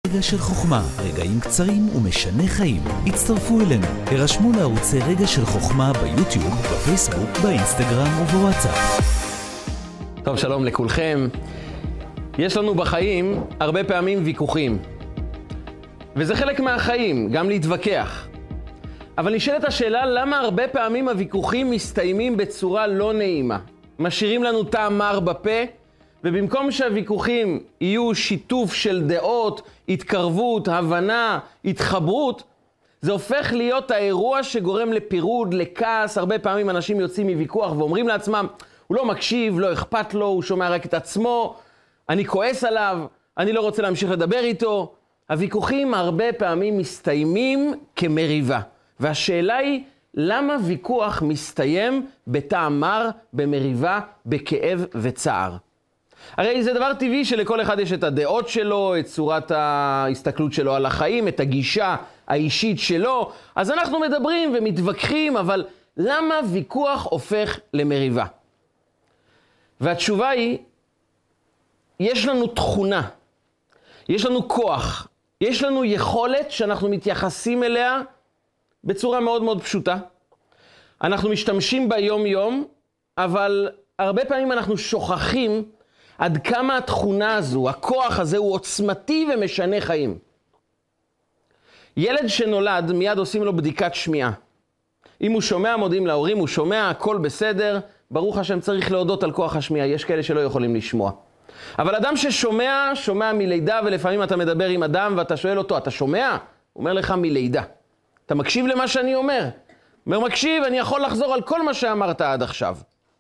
רגע של חוכמה, רגעים קצרים ומשנה חיים. הצטרפו אלינו, הרשמו לערוצי רגע של חוכמה ביוטיוב, בפייסבוק, באינסטגרם ובוואטסאפ. טוב, שלום לכולכם. יש לנו בחיים הרבה פעמים ויכוחים. וזה חלק מהחיים, גם להתווכח. אבל נשאלת השאלה, למה הרבה פעמים הוויכוחים מסתיימים בצורה לא נעימה? משאירים לנו טעם מר בפה, ובמקום שהוויכוחים יהיו שיתוף של דעות, התקרבות, הבנה, התחברות, זה הופך להיות האירוע שגורם לפירוד, לכעס. הרבה פעמים אנשים יוצאים מוויכוח ואומרים לעצמם, הוא לא מקשיב, לא אכפת לו, הוא שומע רק את עצמו, אני כועס עליו, אני לא רוצה להמשיך לדבר איתו. הוויכוחים הרבה פעמים מסתיימים כמריבה. והשאלה היא, למה ויכוח מסתיים בטעם מר, במריבה, בכאב וצער? הרי זה דבר טבעי שלכל אחד יש את הדעות שלו, את צורת ההסתכלות שלו על החיים, את הגישה האישית שלו. אז אנחנו מדברים ומתווכחים, אבל למה ויכוח הופך למריבה? והתשובה היא, יש לנו תכונה, יש לנו כוח, יש לנו יכולת שאנחנו מתייחסים אליה בצורה מאוד מאוד פשוטה. אנחנו משתמשים ביום יום, אבל הרבה פעמים אנחנו שוכחים עד כמה התכונה הזו, הכוח הזה הוא עוצמתי ומשנה חיים. ילד שנולד, מיד עושים לו בדיקת שמיעה. אם הוא שומע, מודיעים להורים, הוא שומע, הכל בסדר, ברוך השם, צריך להודות על כוח השמיעה. יש כאלה שלא יכולים לשמוע. אבל אדם ששומע, שומע מלידה, ולפעמים אתה מדבר עם אדם ואתה שואל אותו, אתה שומע? הוא אומר לך מלידה. אתה מקשיב למה שאני אומר? הוא אומר, מקשיב, אני יכול לחזור על כל מה שאמרת עד עכשיו.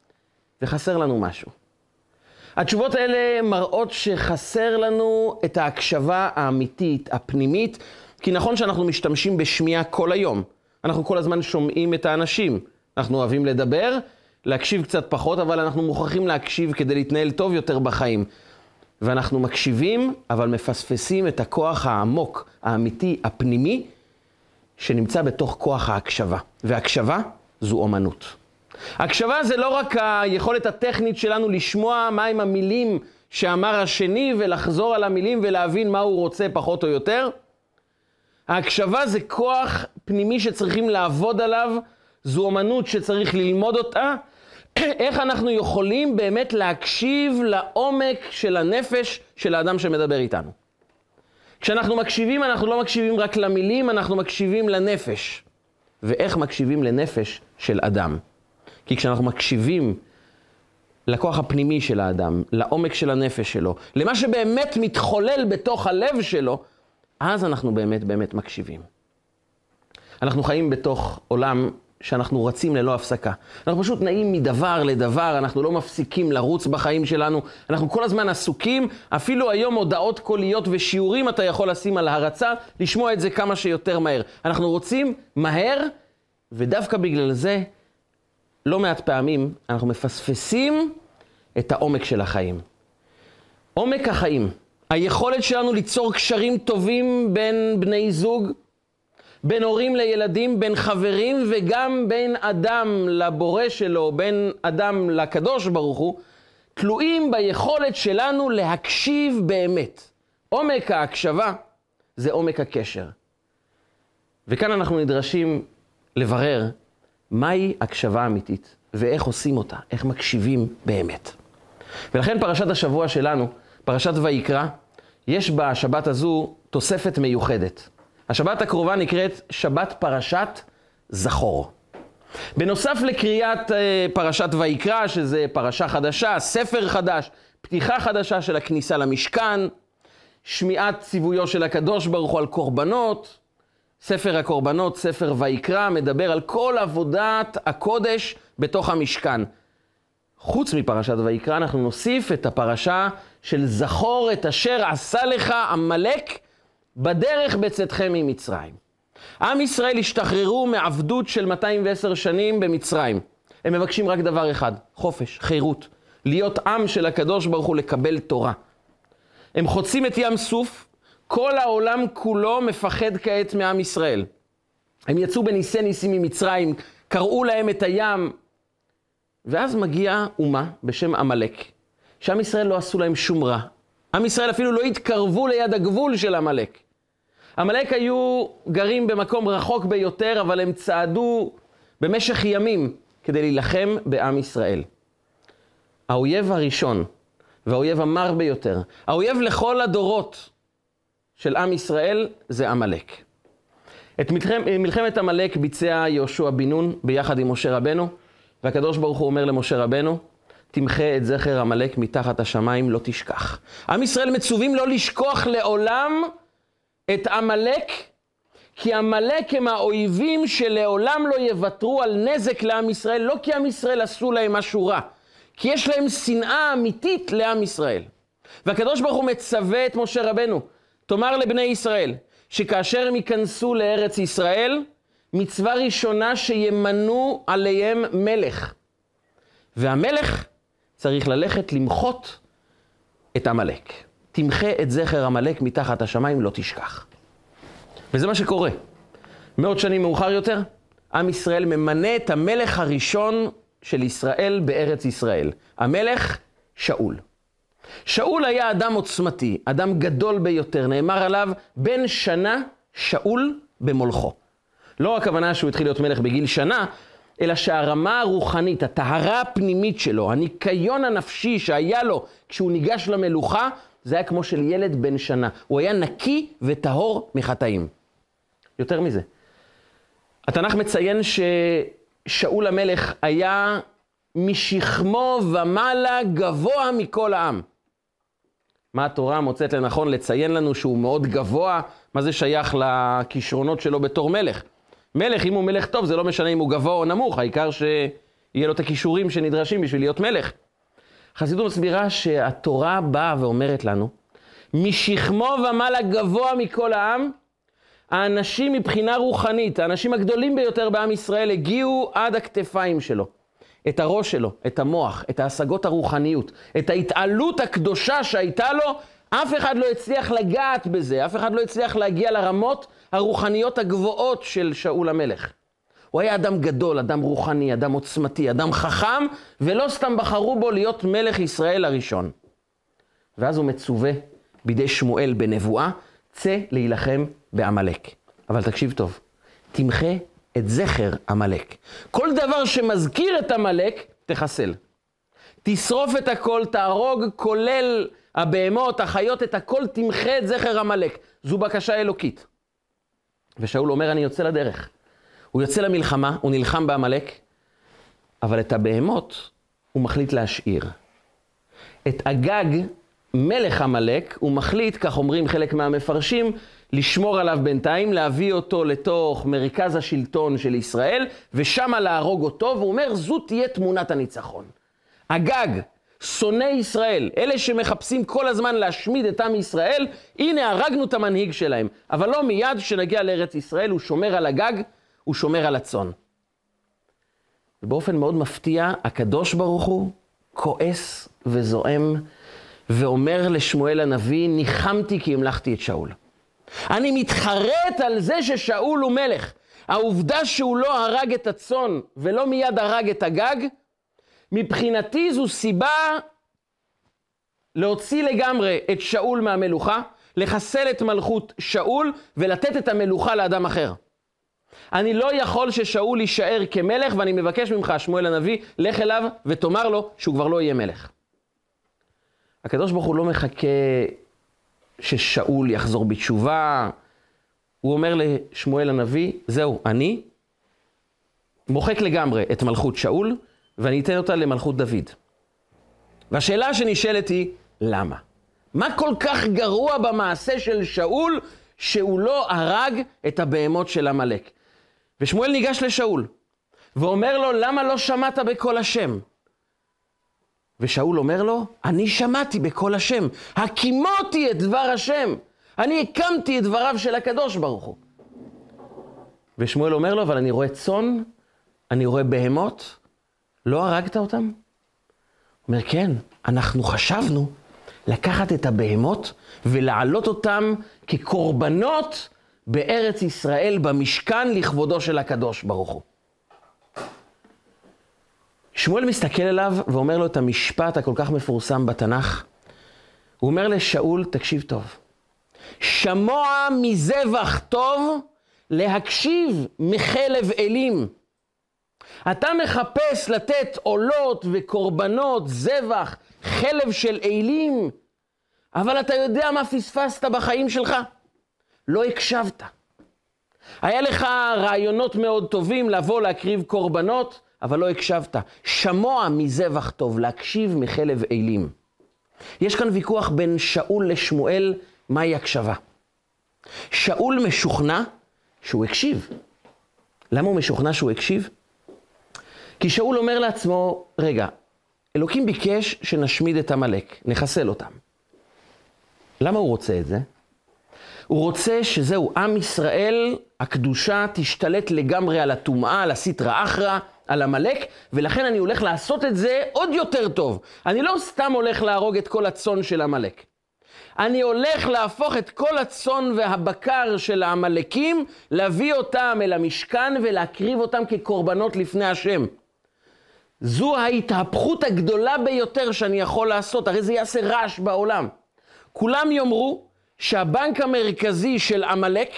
וחסר לנו משהו. התשובות האלה מראות שחסר לנו את ההקשבה האמיתית, הפנימית, כי נכון שאנחנו משתמשים בשמיעה כל היום. אנחנו כל הזמן שומעים את האנשים. אנחנו אוהבים לדבר, להקשיב קצת פחות, אבל אנחנו מוכרחים להקשיב כדי להתנהל טוב יותר בחיים. ואנחנו מקשיבים, אבל מפספסים את הכוח העמוק, האמיתי, הפנימי, שנמצא בתוך כוח ההקשבה. והקשבה זו אומנות. הקשבה זה לא רק היכולת הטכנית שלנו לשמוע מהם המילים שאמר השני, ולחזור על המילים ולהבין מה הוא רוצה פחות או יותר. ההקשבה זה כוח פנימי שצריכים לעבוד עליו, זו אומנות שצריך ללמוד אותה. איך אנחנו יכולים באמת להקשיב לעומק של הנפש של האדם שמדבר איתנו. כשאנחנו מקשיבים, אנחנו לא מקשיבים רק למילים, אנחנו מקשיבים לנפש. ואיך מקשיבים לנפש של אדם? כי כשאנחנו מקשיבים לכוח הפנימי של האדם, לעומק של הנפש שלו, למה שבאמת מתחולל בתוך הלב שלו, אז אנחנו באמת מקשיבים. אנחנו חיים בתוך עולם שאנחנו רצים ללא הפסקה. אנחנו פשוט נעים מדבר לדבר, אנחנו לא מפסיקים לרוץ בחיים שלנו, אנחנו כל הזמן עסוקים, אפילו היום הודעות קוליות ושיעורים אתה יכול לשים על הרצה, לשמוע את זה כמה שיותר מהר. אנחנו רוצים מהר, ודווקא בגלל זה, לא מעט פעמים אנחנו מפספסים את העומק של החיים. עומק החיים, היכולת שלנו ליצור קשרים טובים בין בני זוג, בין הורים לילדים, בין חברים, וגם בין אדם לבורא שלו, בין אדם לקדוש ברוך הוא, תלויים ביכולת שלנו להקשיב באמת. עומק ההקשבה זה עומק הקשר. וכאן אנחנו נדרשים לברר מהי הקשבה אמיתית, ואיך עושים אותה, איך מקשיבים באמת. ולכן פרשת השבוע שלנו, פרשת ויקרא, יש בשבת הזו תוספת מיוחדת. השבת הקרובה נקראת שבת פרשת זכור. בנוסף לקריאת פרשת ויקרא, שזה פרשה חדשה, ספר חדש, פתיחה חדשה של הכניסה למשכן, שמיעת ציוויו של הקדוש ברוך הוא על קורבנות, ספר הקורבנות, ספר ויקרא, מדבר על כל עבודת הקודש בתוך המשכן. חוץ מפרשת ויקרא, אנחנו נוסיף את הפרשה של זכור את אשר עשה לך עמלק בדרך בצאתכם ממצרים. עם ישראל השתחררו מעבדות של 210 שנים במצרים. הם מבקשים רק דבר אחד, חופש, חירות. להיות עם של הקדוש ברוך הוא, לקבל תורה. הם חוצים את ים סוף, כל העולם כולו מפחד כעת מעם ישראל. הם יצאו בניסי ניסים ממצרים, קראו להם את הים, ואז מגיעה אומה בשם עמלק, שעם ישראל לא עשו להם שום רע, עם ישראל אפילו לא התקרבו ליד הגבול של עמלק. עמלק היו גרים במקום רחוק ביותר, אבל הם צעדו במשך ימים כדי להילחם בעם ישראל. האויב הראשון והאויב המר ביותר, האויב לכל הדורות של עם ישראל זה עמלק. את מלחמת עמלק ביצע יהושע בן נון ביחד עם משה רבנו, והקדוש ברוך הוא אומר למשה רבנו, תמחה את זכר עמלק מתחת השמיים, לא תשכח. עם ישראל מצווים לא לשכוח לעולם את עמלק, כי עמלק הם האויבים שלעולם לא יוותרו על נזק לעם ישראל, לא כי עם ישראל עשו להם משהו רע, כי יש להם שנאה אמיתית לעם ישראל. והקדוש ברוך הוא מצווה את משה רבנו, תאמר לבני ישראל, שכאשר הם ייכנסו לארץ ישראל, מצווה ראשונה שימנו עליהם מלך. והמלך צריך ללכת למחות את עמלק. תמחה את זכר עמלק מתחת השמיים, לא תשכח. וזה מה שקורה. מאות שנים מאוחר יותר, עם ישראל ממנה את המלך הראשון של ישראל בארץ ישראל. המלך שאול. שאול היה אדם עוצמתי, אדם גדול ביותר. נאמר עליו, בן שנה שאול במולכו. לא הכוונה שהוא התחיל להיות מלך בגיל שנה, אלא שהרמה הרוחנית, הטהרה הפנימית שלו, הניקיון הנפשי שהיה לו כשהוא ניגש למלוכה, זה היה כמו של ילד בן שנה. הוא היה נקי וטהור מחטאים. יותר מזה. התנ"ך מציין ששאול המלך היה משכמו ומעלה גבוה מכל העם. מה התורה מוצאת לנכון לציין לנו שהוא מאוד גבוה? מה זה שייך לכישרונות שלו בתור מלך? מלך, אם הוא מלך טוב, זה לא משנה אם הוא גבוה או נמוך, העיקר שיהיה לו את הכישורים שנדרשים בשביל להיות מלך. חסידות מסבירה שהתורה באה ואומרת לנו, משכמו ומעלה גבוה מכל העם, האנשים מבחינה רוחנית, האנשים הגדולים ביותר בעם ישראל, הגיעו עד הכתפיים שלו. את הראש שלו, את המוח, את ההשגות הרוחניות, את ההתעלות הקדושה שהייתה לו, אף אחד לא הצליח לגעת בזה, אף אחד לא הצליח להגיע לרמות הרוחניות הגבוהות של שאול המלך. הוא היה אדם גדול, אדם רוחני, אדם עוצמתי, אדם חכם, ולא סתם בחרו בו להיות מלך ישראל הראשון. ואז הוא מצווה בידי שמואל בנבואה, צא להילחם בעמלק. אבל תקשיב טוב, תמחה את זכר עמלק. כל דבר שמזכיר את עמלק, תחסל. תשרוף את הכל, תהרוג, כולל הבהמות, החיות, את הכל, תמחה את זכר עמלק. זו בקשה אלוקית. ושאול אומר, אני יוצא לדרך. הוא יוצא למלחמה, הוא נלחם בעמלק, אבל את הבהמות הוא מחליט להשאיר. את אגג, מלך עמלק, הוא מחליט, כך אומרים חלק מהמפרשים, לשמור עליו בינתיים, להביא אותו לתוך מרכז השלטון של ישראל, ושם להרוג אותו, והוא אומר, זו תהיה תמונת הניצחון. אגג, שונאי ישראל, אלה שמחפשים כל הזמן להשמיד את עם ישראל, הנה הרגנו את המנהיג שלהם. אבל לא מיד שנגיע לארץ ישראל, הוא שומר על אגג, הוא שומר על הצאן. ובאופן מאוד מפתיע, הקדוש ברוך הוא כועס וזועם, ואומר לשמואל הנביא, ניחמתי כי המלכתי את שאול. אני מתחרט על זה ששאול הוא מלך. העובדה שהוא לא הרג את הצאן ולא מיד הרג את אגג, מבחינתי זו סיבה להוציא לגמרי את שאול מהמלוכה, לחסל את מלכות שאול ולתת את המלוכה לאדם אחר. אני לא יכול ששאול יישאר כמלך, ואני מבקש ממך, שמואל הנביא, לך אליו ותאמר לו שהוא כבר לא יהיה מלך. הקדוש ברוך הוא לא מחכה ששאול יחזור בתשובה. הוא אומר לשמואל הנביא, זהו, אני מוחק לגמרי את מלכות שאול, ואני אתן אותה למלכות דוד. והשאלה שנשאלת היא, למה? מה כל כך גרוע במעשה של שאול, שהוא לא הרג את הבהמות של עמלק? ושמואל ניגש לשאול, ואומר לו, למה לא שמעת בקול השם? ושאול אומר לו, אני שמעתי בקול השם, הקימותי את דבר השם, אני הקמתי את דבריו של הקדוש ברוך הוא. ושמואל אומר לו, אבל אני רואה צאן, אני רואה בהמות, לא הרגת אותם? הוא אומר, כן, אנחנו חשבנו לקחת את הבהמות ולעלות אותם כקורבנות בארץ ישראל במשכן לכבודו של הקדוש ברוך הוא. שמואל מסתכל אליו ואומר לו את המשפט הכל כך מפורסם בתנ"ך. הוא אומר לשאול, תקשיב טוב. שמוע מזבח טוב, להקשיב מחלב אלים. אתה מחפש לתת עולות וקורבנות, זבח, חלב של אלים, אבל אתה יודע מה פספסת בחיים שלך? לא הקשבת. היה לך רעיונות מאוד טובים לבוא להקריב קורבנות, אבל לא הקשבת. שמוע מזבח טוב, להקשיב מחלב אלים. יש כאן ויכוח בין שאול לשמואל, מהי הקשבה? שאול משוכנע שהוא הקשיב. למה הוא משוכנע שהוא הקשיב? כי שאול אומר לעצמו, רגע, אלוקים ביקש שנשמיד את עמלק, נחסל אותם. למה הוא רוצה את זה? הוא רוצה שזהו, עם ישראל, הקדושה תשתלט לגמרי על הטומאה, על הסטרא אחרא, על עמלק, ולכן אני הולך לעשות את זה עוד יותר טוב. אני לא סתם הולך להרוג את כל הצאן של עמלק. אני הולך להפוך את כל הצאן והבקר של העמלקים, להביא אותם אל המשכן ולהקריב אותם כקורבנות לפני השם. זו ההתהפכות הגדולה ביותר שאני יכול לעשות, הרי זה יעשה רעש בעולם. כולם יאמרו שהבנק המרכזי של עמלק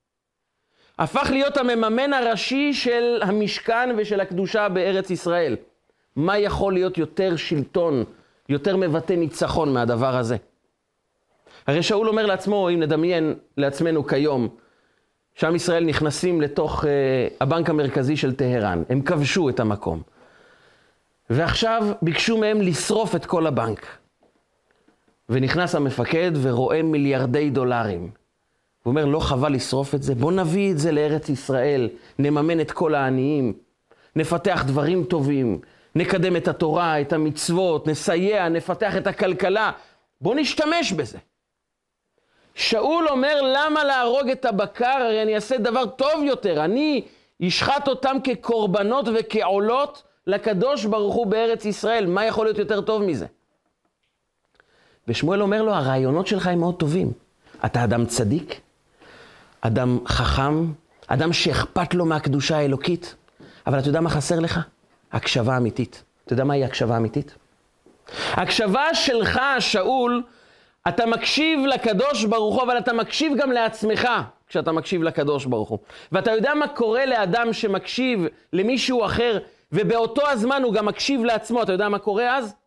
הפך להיות המממן הראשי של המשכן ושל הקדושה בארץ ישראל. מה יכול להיות יותר שלטון, יותר מבטא ניצחון מהדבר הזה? הרי שאול אומר לעצמו, אם נדמיין לעצמנו כיום, שעם ישראל נכנסים לתוך הבנק המרכזי של טהרן, הם כבשו את המקום. ועכשיו ביקשו מהם לשרוף את כל הבנק. ונכנס המפקד ורואה מיליארדי דולרים. הוא אומר, לא חבל לשרוף את זה? בוא נביא את זה לארץ ישראל, נממן את כל העניים, נפתח דברים טובים, נקדם את התורה, את המצוות, נסייע, נפתח את הכלכלה. בוא נשתמש בזה. שאול אומר, למה להרוג את הבקר? הרי אני אעשה דבר טוב יותר. אני אשחט אותם כקורבנות וכעולות לקדוש ברוך הוא בארץ ישראל. מה יכול להיות יותר טוב מזה? ושמואל אומר לו, הרעיונות שלך הם מאוד טובים. אתה אדם צדיק, אדם חכם, אדם שאכפת לו מהקדושה האלוקית. אבל אתה יודע מה חסר לך? הקשבה אמיתית. אתה יודע מהי הקשבה אמיתית? הקשבה שלך, שאול, אתה מקשיב לקדוש ברוך הוא, אבל אתה מקשיב גם לעצמך כשאתה מקשיב לקדוש ברוך הוא. ואתה יודע מה קורה לאדם שמקשיב למישהו אחר, ובאותו הזמן הוא גם מקשיב לעצמו. אתה יודע מה קורה אז?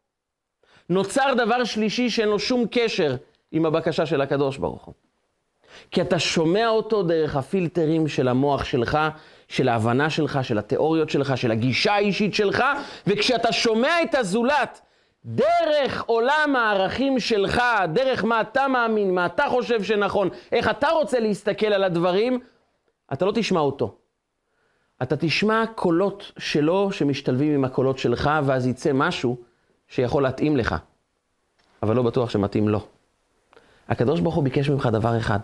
נוצר דבר שלישי שאין לו שום קשר עם הבקשה של הקדוש ברוך הוא. כי אתה שומע אותו דרך הפילטרים של המוח שלך, של ההבנה שלך, של התיאוריות שלך, של הגישה האישית שלך, וכשאתה שומע את הזולת, דרך עולם הערכים שלך, דרך מה אתה מאמין, מה אתה חושב שנכון, איך אתה רוצה להסתכל על הדברים, אתה לא תשמע אותו. אתה תשמע קולות שלו שמשתלבים עם הקולות שלך, ואז יצא משהו שיכול להתאים לך, אבל לא בטוח שמתאים לו. הקדוש ברוך הוא ביקש ממך דבר אחד,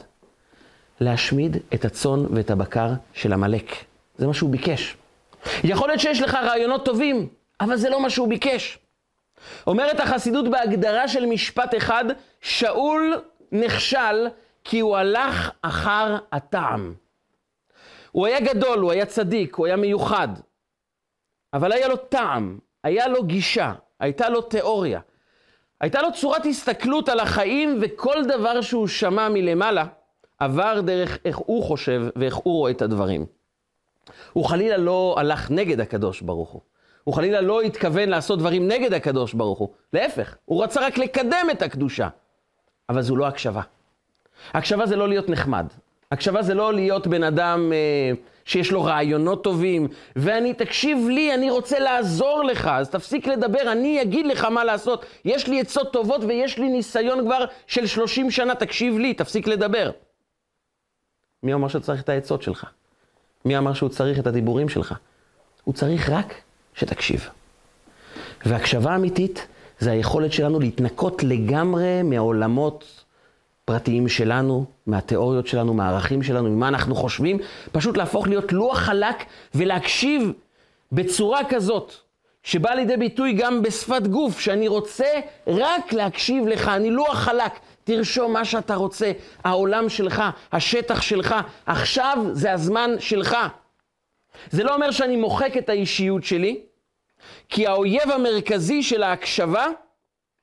להשמיד את הצאן ואת הבקר של עמלק. זה מה שהוא ביקש. יכול להיות שיש לך רעיונות טובים, אבל זה לא מה שהוא ביקש. אומרת החסידות בהגדרה של משפט אחד, שאול נכשל כי הוא הלך אחר הטעם. הוא היה גדול, הוא היה צדיק, הוא היה מיוחד, אבל היה לו טעם, היה לו גישה, הייתה לו תיאוריה, הייתה לו צורת הסתכלות על החיים, וכל דבר שהוא שמע מלמעלה עבר דרך איך הוא חושב ואיך הוא רואה את הדברים. הוא חלילה לא הלך נגד הקדוש ברוך הוא. הוא חלילה לא התכוון לעשות דברים נגד הקדוש ברוך הוא. להפך, הוא רצה רק לקדם את הקדושה. אבל זו לא הקשבה. הקשבה זה לא להיות נחמד. הקשבה זה לא להיות בן אדם שיש לו רעיונות טובים, ואני תקשיב לי, אני רוצה לעזור לך, אז תפסיק לדבר, אני אגיד לך מה לעשות. יש לי עצות טובות ויש לי ניסיון כבר של 30 שנה, תקשיב לי, תפסיק לדבר. מי אמר שצריך את העצות שלך? מי אמר שהוא צריך את הדיבורים שלך? הוא צריך רק שתקשיב. והקשבה אמיתית זה היכולת שלנו להתנקות לגמרי מהעולמות פרטיים שלנו, מהתיאוריות שלנו, מהערכים שלנו, ממה אנחנו חושבים, פשוט להפוך להיות לוח חלק ולהקשיב בצורה כזאת, שבאה לידי ביטוי גם בשפת גוף, שאני רוצה רק להקשיב לך, אני לוח חלק, תרשום מה שאתה רוצה, העולם שלך, השטח שלך, עכשיו זה הזמן שלך. זה לא אומר שאני מוחק את האישיות שלי, כי האויב המרכזי של ההקשבה,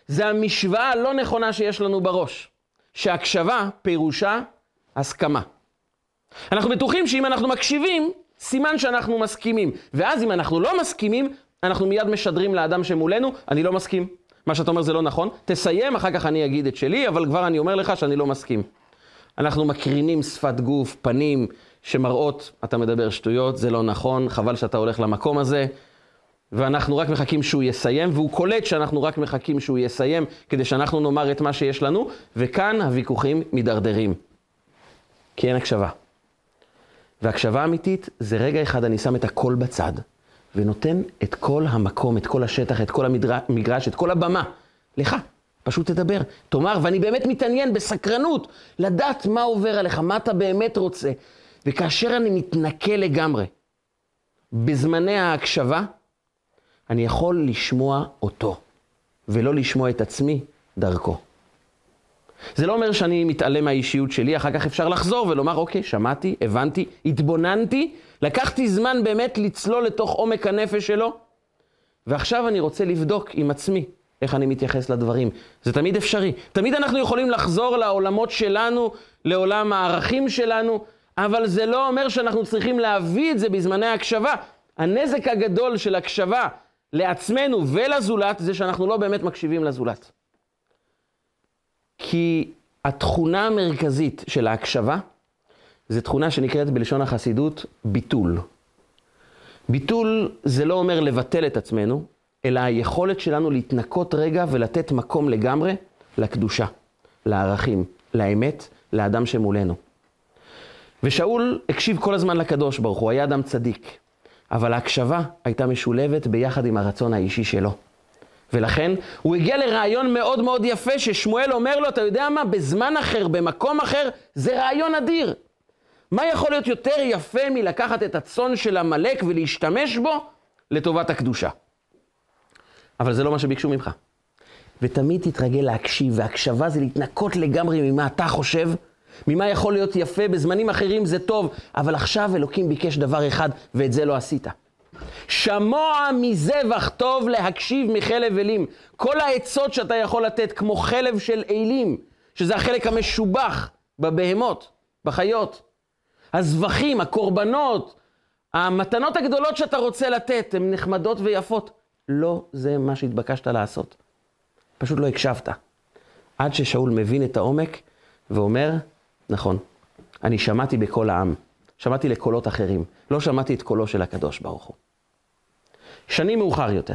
זה המשוואה הלא נכונה שיש לנו בראש. שהקשבה פירושה הסכמה. אנחנו בטוחים שאם אנחנו מקשיבים, סימן שאנחנו מסכימים. ואז אם אנחנו לא מסכימים, אנחנו מיד משדרים לאדם שמולנו, אני לא מסכים. מה שאתה אומר זה לא נכון. תסיים, אחר כך אני אגיד את שלי, אבל כבר אני אומר לך שאני לא מסכים. אנחנו מקרינים שפת גוף, פנים, שמראות, אתה מדבר שטויות, זה לא נכון, חבל שאתה הולך למקום הזה. ואנחנו רק מחכים שהוא יסיים, והוא קולט שאנחנו רק מחכים שהוא יסיים, כדי שאנחנו נאמר את מה שיש לנו, וכאן הוויכוחים מדרדרים. כי אין הקשבה. והקשבה אמיתית זה רגע אחד אני שם את הכל בצד, ונותן את כל המקום, את כל השטח, את כל המגרש, את כל הבמה. לך, פשוט תדבר. תאמר, ואני באמת מתעניין בסקרנות, לדעת מה עובר עליך, מה אתה באמת רוצה. וכאשר אני מתנקה לגמרי, בזמני ההקשבה, אני יכול לשמוע אותו, ולא לשמוע את עצמי דרכו. זה לא אומר שאני מתעלם מהאישיות שלי, אחר כך אפשר לחזור ולומר, אוקיי, שמעתי, הבנתי, התבוננתי, לקחתי זמן באמת לצלול לתוך עומק הנפש שלו, ועכשיו אני רוצה לבדוק עם עצמי איך אני מתייחס לדברים. זה תמיד אפשרי. תמיד אנחנו יכולים לחזור לעולמות שלנו, לעולם הערכים שלנו, אבל זה לא אומר שאנחנו צריכים להביא את זה בזמני ההקשבה. הנזק הגדול של הקשבה לעצמנו ולזולת זה שאנחנו לא באמת מקשיבים לזולת. כי התכונה המרכזית של ההקשבה זה תכונה שנקראת בלשון החסידות ביטול. ביטול זה לא אומר לבטל את עצמנו, אלא היכולת שלנו להתנקות רגע ולתת מקום לגמרי לקדושה, לערכים, לאמת, לאדם שמולנו. ושאול הקשיב כל הזמן לקדוש ברוך הוא, היה אדם צדיק. אבל ההקשבה הייתה משולבת ביחד עם הרצון האישי שלו. ולכן הוא הגיע לרעיון מאוד מאוד יפה ששמואל אומר לו, אתה יודע מה? בזמן אחר, במקום אחר, זה רעיון אדיר. מה יכול להיות יותר יפה מלקחת את הצאן של המלך ולהשתמש בו לטובת הקדושה? אבל זה לא מה שביקשו ממך. ותמיד תתרגל להקשיב, והקשבה זה להתנקות לגמרי ממה אתה חושב, ממה יכול להיות יפה, בזמנים אחרים זה טוב, אבל עכשיו אלוקים ביקש דבר אחד, ואת זה לא עשית. שמוע מזבח טוב להקשיב מחלב אלים. כל העצות שאתה יכול לתת, כמו חלב של אלים, שזה החלק המשובח בבהמות, בחיות. הזבחים, הקורבנות, המתנות הגדולות שאתה רוצה לתת, הן נחמדות ויפות. לא זה מה שהתבקשת לעשות. פשוט לא הקשבת. עד ששאול מבין את העומק ואומר, נכון, אני שמעתי בכל העם, שמעתי לקולות אחרים, לא שמעתי את קולו של הקדוש ברוך הוא. שנים מאוחר יותר,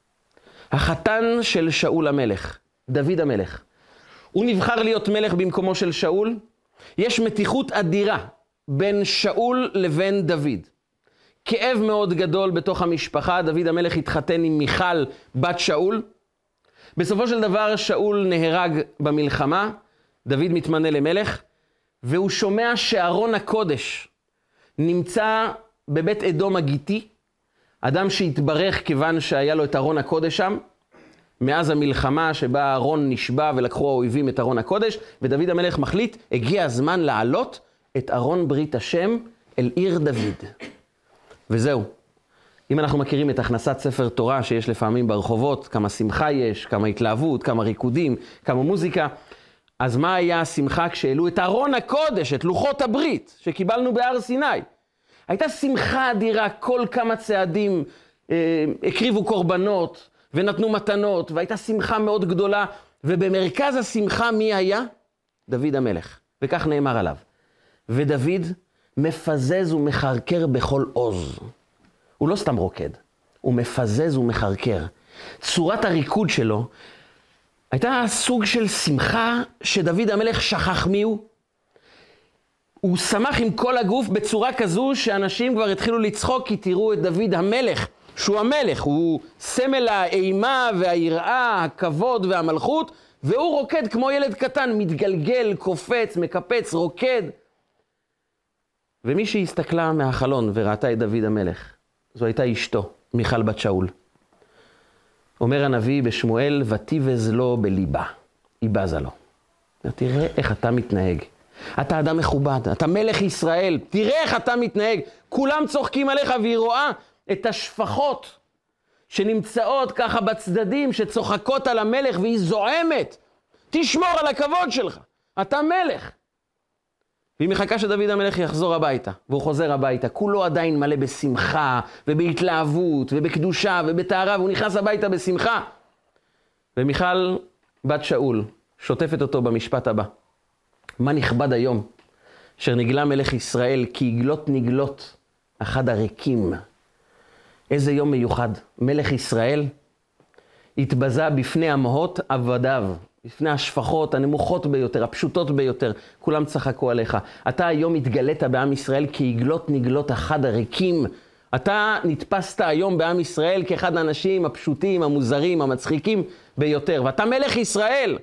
החתן של שאול המלך, דוד המלך, הוא נבחר להיות מלך במקומו של שאול. יש מתיחות אדירה בין שאול לבין דוד. כאב מאוד גדול בתוך המשפחה, דוד המלך התחתן עם מיכל בת שאול. בסופו של דבר שאול נהרג במלחמה, דוד מתמנה למלך, והוא שומע שארון הקודש נמצא בבית אדום הגיתי, אדם שהתברך כיוון שהיה לו את ארון הקודש שם, מאז המלחמה שבה הארון נשבע ולקחו האויבים את ארון הקודש, ודוד המלך מחליט, הגיע הזמן לעלות את ארון ברית השם אל עיר דוד. וזהו. אם אנחנו מכירים את הכנסת ספר תורה שיש לפעמים ברחובות, כמה שמחה יש, כמה התלהבות, כמה ריקודים, כמה מוזיקה, אז מה היה השמחה כשהעלו את ארון הקודש, את לוחות הברית שקיבלנו בהר סיני? הייתה שמחה אדירה, כל כמה צעדים הקריבו קורבנות ונתנו מתנות, והייתה שמחה מאוד גדולה, ובמרכז השמחה מי היה? דוד המלך, וכך נאמר עליו. ודוד מפזז ומחרקר בכל עוז. הוא לא סתם רוקד, הוא מפזז ומחרקר. צורת הריקוד שלו הייתה סוג של שמחה שדוד המלך שכח מיהו. הוא שמח עם כל הגוף בצורה כזו שאנשים כבר התחילו לצחוק, כי תראו את דוד המלך, שהוא המלך, הוא סמל האימה והיראה, הכבוד והמלכות, והוא רוקד כמו ילד קטן, מתגלגל, קופץ, מקפץ, רוקד. ומי שהסתכלה מהחלון וראתה את דוד המלך, זו הייתה אשתו, מיכל בת שאול. אומר הנביא בשמואל, ותיבז לו בליבה, היא בזה לו. תראה איך אתה מתנהג. אתה אדם מכובד, אתה מלך ישראל, תראה איך אתה מתנהג. כולם צוחקים עליך, והיא רואה את השפחות שנמצאות ככה בצדדים, שצוחקות על המלך והיא זועמת. תשמור על הכבוד שלך, אתה מלך. והיא מחכה שדוד המלך יחזור הביתה, והוא חוזר הביתה, כולו עדיין מלא בשמחה, ובהתלהבות, ובקדושה, ובטהרה, והוא נכנס הביתה בשמחה. ומיכל בת שאול שוטפת אותו במשפט הבא. מה נכבד היום, אשר נגלה מלך ישראל, כי יגלות נגלות, אחד הריקים. איזה יום מיוחד, מלך ישראל התבזה בפני המהות עבדיו, בפני השפחות הנמוכות ביותר, הפשוטות ביותר, כולם צחקו עליך. אתה היום התגלית בעם ישראל כי יגלות נגלות אחד הריקים. אתה נתפסת היום בעם ישראל כאחד האנשים הפשוטים, המוזרים, המצחיקים ביותר, ואתה מלך ישראל.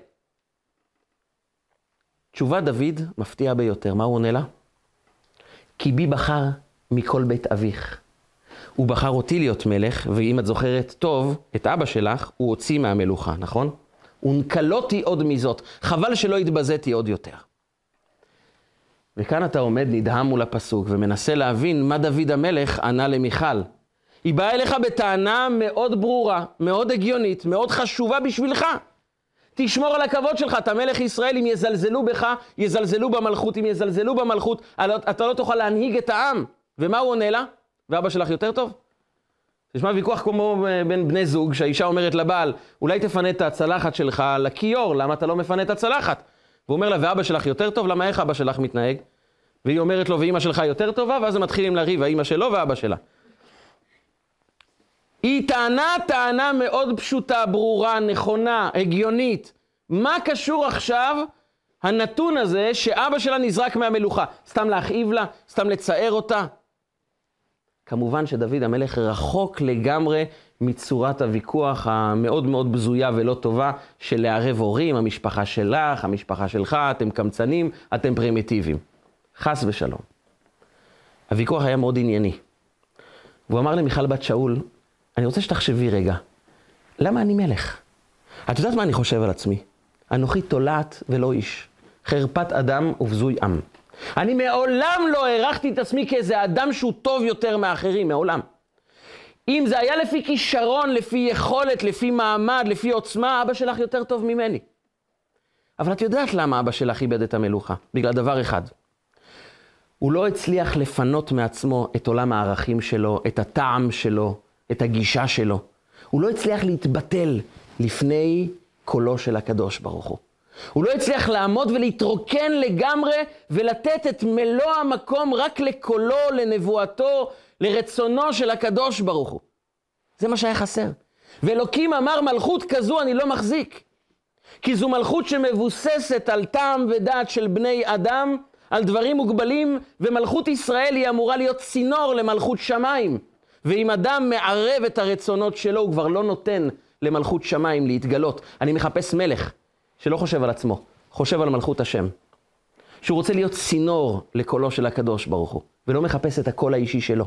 תשובה דוד מפתיעה ביותר, מה הוא עונה לה? כי בי בחר מכל בית אביך. הוא בחר אותי להיות מלך, ואם את זוכרת טוב, את אבא שלך, הוא הוציא מהמלוכה, נכון? ונקלותי עוד מזאת, חבל שלא התבזיתי עוד יותר. וכאן אתה עומד נדהם מול הפסוק, ומנסה להבין מה דוד המלך ענה למיכל. היא באה אליך בטענה מאוד ברורה, מאוד הגיונית, מאוד חשובה בשבילך. תשמור על הכבוד שלך, אתה מלך ישראל, אם יזלזלו בך, יזלזלו במלכות, אם יזלזלו במלכות, אתה לא תוכל להנהיג את העם. ומה הוא עונה לה? ואבא שלך יותר טוב? תשמע ויכוח כמו בין בני זוג, שהאישה אומרת לבעל, אולי תפנה את הצלחת שלך לכיור, למה אתה לא מפנה את הצלחת? והוא אומר לה, ואבא שלך יותר טוב, למה איך אבא שלך מתנהג? והיא אומרת לו, ואמא שלך יותר טובה, ואז הם מתחילים לריב, האמא שלו ואבא שלה. היא טענה מאוד פשוטה, ברורה, נכונה, הגיונית. מה קשור עכשיו הנתון הזה שאבא שלה נזרק מהמלוכה? סתם להכאיב לה? סתם לצער אותה? כמובן שדוד המלך רחוק לגמרי מצורת הוויכוח המאוד מאוד בזויה ולא טובה של לערב הורים, המשפחה שלך, המשפחה שלך, אתם קמצנים, אתם פרימיטיביים. חס ושלום. הוויכוח היה מאוד ענייני. והוא אמר למיכל בת שאול, אני רוצה שתחשבי רגע, למה אני מלך? את יודעת מה אני חושב על עצמי? אנוכי תולעת ולא איש, חרפת אדם ובזוי עם. אני מעולם לא הערכתי את עצמי כאיזה אדם שהוא טוב יותר מאחרים, מעולם. אם זה היה לפי כישרון, לפי יכולת, לפי מעמד, לפי עוצמה, אבא שלך יותר טוב ממני. אבל את יודעת למה אבא שלך איבד את המלוכה? בגלל דבר אחד. הוא לא הצליח לפנות מעצמו את עולם הערכים שלו, את הטעם שלו, את הגישה שלו. הוא לא הצליח להתבטל לפני קולו של הקדוש ברוך הוא. הוא לא הצליח לעמוד ולהתרוקן לגמרי ולתת את מלוא המקום רק לקולו, לנבואתו, לרצונו של הקדוש ברוך הוא. זה מה שהיה חסר. ואלוקים אמר, מלכות כזו אני לא מחזיק. כי זו מלכות שמבוססת על טעם ודעת של בני אדם, על דברים מוגבלים, ומלכות ישראל היא אמורה להיות צינור למלכות שמיים. ואם אדם מערב את הרצונות שלו, הוא כבר לא נותן למלכות שמיים להתגלות. אני מחפש מלך שלא חושב על עצמו, חושב על מלכות השם. שהוא רוצה להיות צינור לקולו של הקדוש ברוך הוא, ולא מחפש את הקול האישי שלו.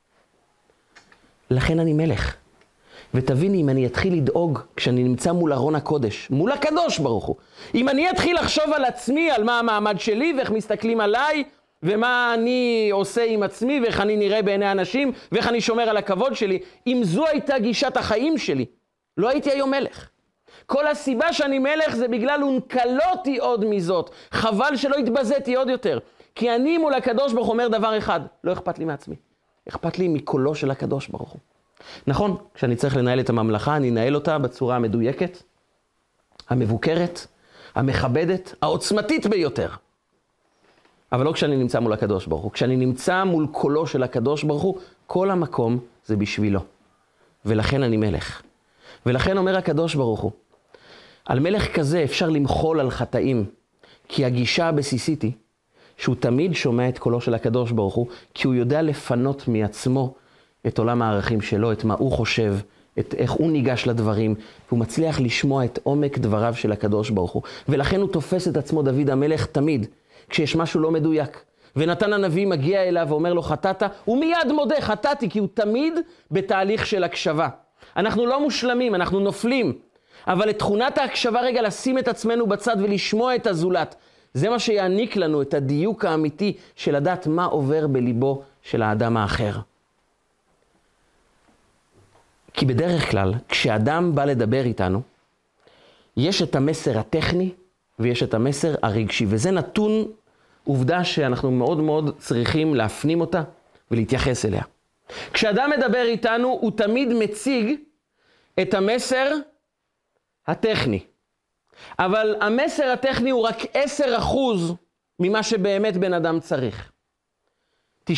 לכן אני מלך. ותביני, אם אני אתחיל לדאוג כשאני נמצא מול ארון הקודש, מול הקדוש ברוך הוא, אם אני אתחיל לחשוב על עצמי, על מה המעמד שלי, ואיך מסתכלים עליי, ומה אני עושה עם עצמי, ואיך אני נראה בעיני אנשים, ואיך אני שומר על הכבוד שלי, אם זו הייתה גישת החיים שלי, לא הייתי היום מלך. כל הסיבה שאני מלך זה בגלל ונקלותי עוד מזאת. חבל שלא התבזיתי עוד יותר. כי אני מול הקדוש ברוך הוא אומר דבר אחד, לא אכפת לי מעצמי. אכפת לי מקולו של הקדוש ברוך הוא. נכון, כשאני צריך לנהל את הממלכה, אני אנהל אותה בצורה המדויקת, המבוקרת, המכבדת, העוצמתית ביותר. אבל לא כשאני נמצא מול הקדוש ברוך הוא. כשאני נמצא מול קולו של הקדוש ברוך הוא, כל המקום זה בשבילו. ולכן אני מלך. ולכן אומר הקדוש ברוך הוא, על מלך כזה אפשר למחול על חטאים, כי הגישה הבסיסית היא שהוא תמיד שומע את קולו של הקדוש ברוך הוא, כי הוא יודע לפנות מעצמו את עולם הערכים שלו, את מה הוא חושב, את איך הוא ניגש לדברים, והוא מצליח לשמוע את עומק דבריו של הקדוש ברוך הוא. ולכן הוא תופס את עצמו דוד המלך תמיד, כשיש משהו לא מדויק. ונתן הנביא מגיע אליו ואומר לו חטאת, הוא מיד מודה חטאתי, כי הוא תמיד בתהליך של הקשבה. אנחנו לא מושלמים, אנחנו נופלים. אבל את תכונת ההקשבה רגע לשים את עצמנו בצד ולשמוע את הזולת. זה מה שיעניק לנו את הדיוק האמיתי של לדעת מה עובר בליבו של האדם האחר. כי בדרך כלל, כשאדם בא לדבר איתנו, יש את המסר הטכני ויש את המסר הרגשי, וזה נתון עובדה שאנחנו מאוד מאוד צריכים להפנים אותה ולהתייחס אליה. כשאדם מדבר איתנו, הוא תמיד מציג את המסר הטכני. אבל המסר הטכני הוא רק 10% ממה שבאמת בן אדם צריך. 90%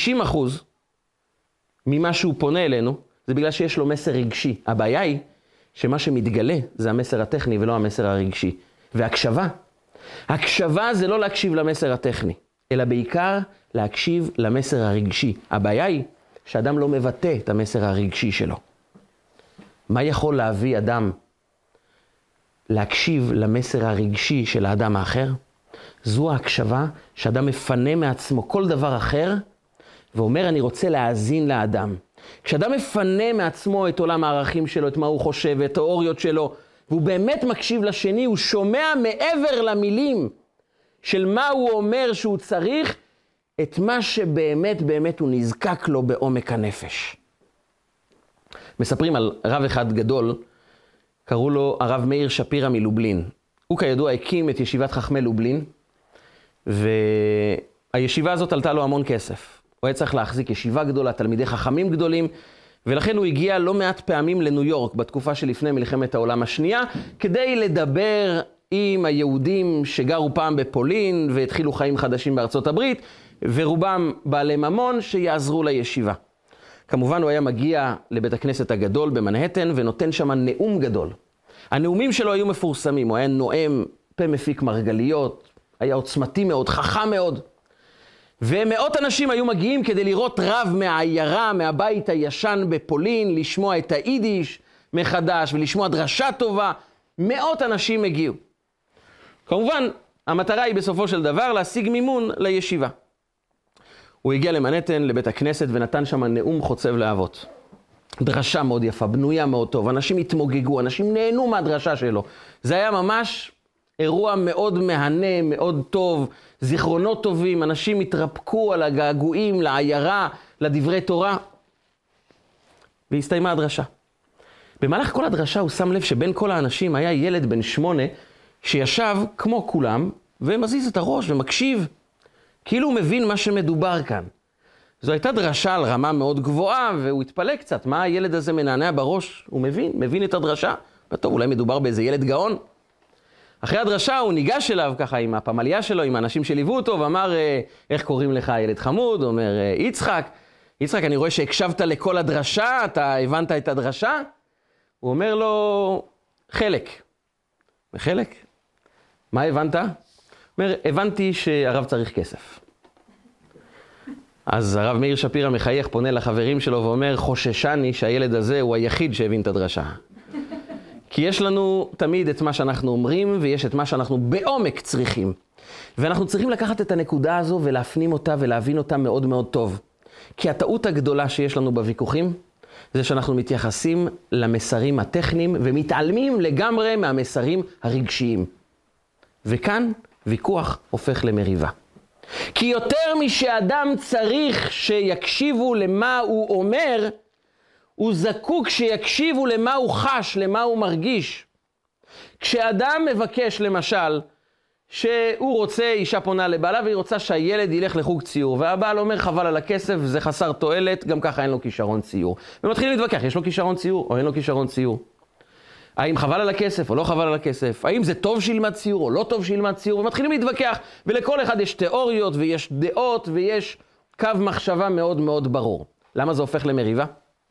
ממה שהוא פונה אלינו, זה בגלל שיש לו מסר רגשי. הבעיה היא שמה שמתגלה זה המסר הטכני ולא המסר הרגשי. והקשבה, הקשבה זה לא להקשיב למסר הטכני, אלא בעיקר להקשיב למסר הרגשי. הבעיה היא שאדם לא מבטא את המסר הרגשי שלו. מה יכול להביא אדם להקשיב למסר הרגשי של האדם האחר? זו ההקשבה שאדם מפנה מעצמו כל דבר אחר, ואומר אני רוצה להאזין לאדם. כשאדם מפנה מעצמו את עולם הערכים שלו, את מה הוא חושב, את התיאוריות שלו, והוא באמת מקשיב לשני, הוא שומע מעבר למילים של מה הוא אומר שהוא צריך, את מה שבאמת באמת הוא נזקק לו בעומק הנפש. מספרים על רב אחד גדול, קראו לו הרב מאיר שפירא מלובלין. הוא כידוע הקים את ישיבת חכמי לובלין, והישיבה הזאת עלתה לו המון כסף. הוא היה צריך להחזיק ישיבה גדולה, תלמידי חכמים גדולים, ולכן הוא הגיע לא מעט פעמים לניו יורק, בתקופה שלפני מלחמת העולם השנייה, כדי לדבר עם היהודים שגרו פעם בפולין, והתחילו חיים חדשים בארצות הברית, ורובם בעלי ממון שיעזרו לישיבה. כמובן הוא היה מגיע לבית הכנסת הגדול במנהטן, ונותן שם נאום גדול. הנאומים שלו היו מפורסמים, הוא היה נואם, פה מפיק מרגליות, היה עוצמתי מאוד, חכם מאוד. ומאות אנשים היו מגיעים כדי לראות רב מהעיירה, מהבית הישן בפולין, לשמוע את היידיש מחדש ולשמוע דרשה טובה. מאות אנשים הגיעו. כמובן, המטרה היא בסופו של דבר להשיג מימון לישיבה. הוא הגיע למנהטן, לבית הכנסת, ונתן שם נאום חוצב להבות. דרשה מאוד יפה, בנויה מאוד טוב, אנשים התמוגגו, אנשים נהנו מהדרשה שלו. זה היה ממש אירוע מאוד מהנה, מאוד טוב, זיכרונות טובים, אנשים התרפקו על הגעגועים, לעיירה, לדברי תורה. והסתיימה הדרשה. במהלך כל הדרשה הוא שם לב שבין כל האנשים היה ילד בן 8, שישב כמו כולם, ומזיז את הראש ומקשיב, כאילו הוא מבין מה שמדובר כאן. זו הייתה דרשה על רמה מאוד גבוהה, והוא התפלא קצת, מה הילד הזה מנענע בראש? הוא מבין את הדרשה? וטוב, אולי מדובר באיזה ילד גאון. אחרי הדרשה הוא ניגש אליו ככה עם הפמליה שלו, עם האנשים שליוו אותו, ואמר, איך קוראים לך ילד חמוד? הוא אומר, יצחק. יצחק, אני רואה שהקשבת לכל הדרשה, אתה הבנת את הדרשה? הוא אומר לו, חלק. וחלק? מה הבנת? הוא אומר, הבנתי שהרב צריך כסף. אז הרב מאיר שפירא מחייך, פונה לחברים שלו ואומר, חוששני שהילד הזה הוא היחיד שהבין את הדרשה. כי יש לנו תמיד את מה שאנחנו אומרים, ויש את מה שאנחנו בעומק צריכים. ואנחנו צריכים לקחת את הנקודה הזו ולהפנים אותה ולהבין אותה מאוד מאוד טוב. כי הטעות הגדולה שיש לנו בוויכוחים, זה שאנחנו מתייחסים למסרים הטכניים, ומתעלמים לגמרי מהמסרים הרגשיים. וכאן ויכוח הופך למריבה. כי יותר משאדם צריך שיקשיבו למה הוא אומר, הוא זקוק שיקשיבו למה הוא חש, למה הוא מרגיש. כשאדם מבקש למשל, שהוא רוצה, אישה פונה לבעלה, והיא רוצה שהילד ילך לחוג ציור, והבעל אומר חבל על הכסף, זה חסר תועלת, גם ככה אין לו כישרון ציור. ומתחילים להתווכח, יש לו כישרון ציור או אין לו כישרון ציור? האם חבל על הכסף או לא חבל על הכסף? האם זה טוב שילמד ציור או לא טוב שילמד ציור? ומתחילים להתווכח, ולכל אחד יש תיאוריות ויש דעות ויש קו מחשבה מאוד מאוד ברור. למה זה הופך למריבה?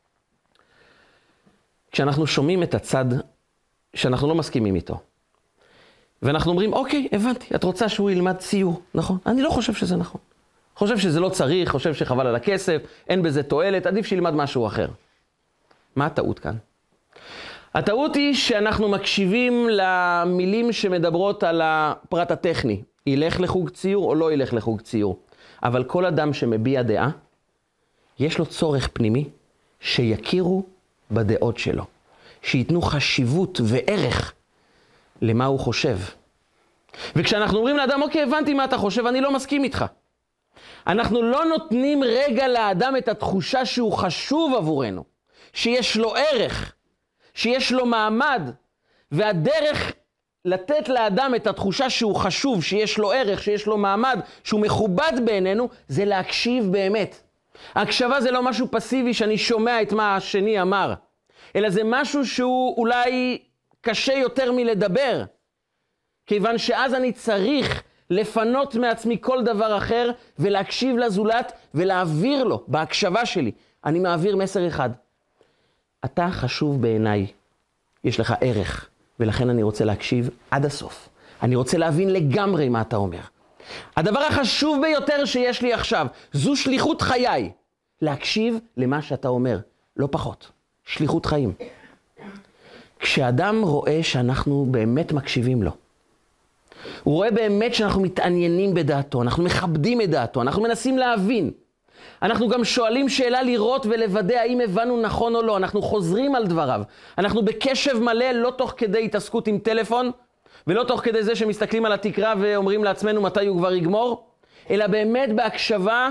כשאנחנו שומעים את הצד שאנחנו לא מסכימים איתו, ואנחנו אומרים, אוקיי, הבנתי, את רוצה שהוא ילמד ציור, נכון? אני לא חושב שזה נכון. חושב שזה לא צריך, חושב שחבל על הכסף, אין בזה תועלת, עדיף שילמד משהו אחר. מה הטעות כאן? הטעות היא שאנחנו מקשיבים למילים שמדברות על הפרט הטכני. ילך לחוג ציור או לא ילך לחוג ציור. אבל כל אדם שמביע דעה, יש לו צורך פנימי שיכירו בדעות שלו. שיתנו חשיבות וערך למה הוא חושב. וכשאנחנו אומרים לאדם, אוקיי, הבנתי מה אתה חושב, אני לא מסכים איתך. אנחנו לא נותנים רגע לאדם את התחושה שהוא חשוב עבורנו. שיש לו ערך, שיש לו מעמד, והדרך לתת לאדם את התחושה שהוא חשוב, שיש לו ערך, שיש לו מעמד, שהוא מכובד בעינינו, זה להקשיב באמת. ההקשבה זה לא משהו פסיבי שאני שומע את מה השני אמר, אלא זה משהו שהוא אולי קשה יותר מלדבר, כיוון שאז אני צריך לפנות מעצמי כל דבר אחר, ולהקשיב לזולת ולהעביר לו בהקשבה שלי. אני מעביר מסר אחד. אתה חשוב בעיניי, יש לך ערך, ולכן אני רוצה להקשיב עד הסוף. אני רוצה להבין לגמרי מה אתה אומר. הדבר החשוב ביותר שיש לי עכשיו, זו שליחות חיי. להקשיב למה שאתה אומר, לא פחות. שליחות חיים. כשאדם רואה שאנחנו באמת מקשיבים לו, הוא רואה באמת שאנחנו מתעניינים בדעתו, אנחנו מכבדים את דעתו, אנחנו מנסים להבין. אנחנו גם שואלים שאלה לראות ולוודא האם הבנו נכון או לא, אנחנו חוזרים על דבריו. אנחנו בקשב מלא, לא תוך כדי התעסקות עם טלפון, ולא תוך כדי זה שמסתכלים על התקרה ואומרים לעצמנו מתי הוא כבר יגמור, אלא באמת בהקשבה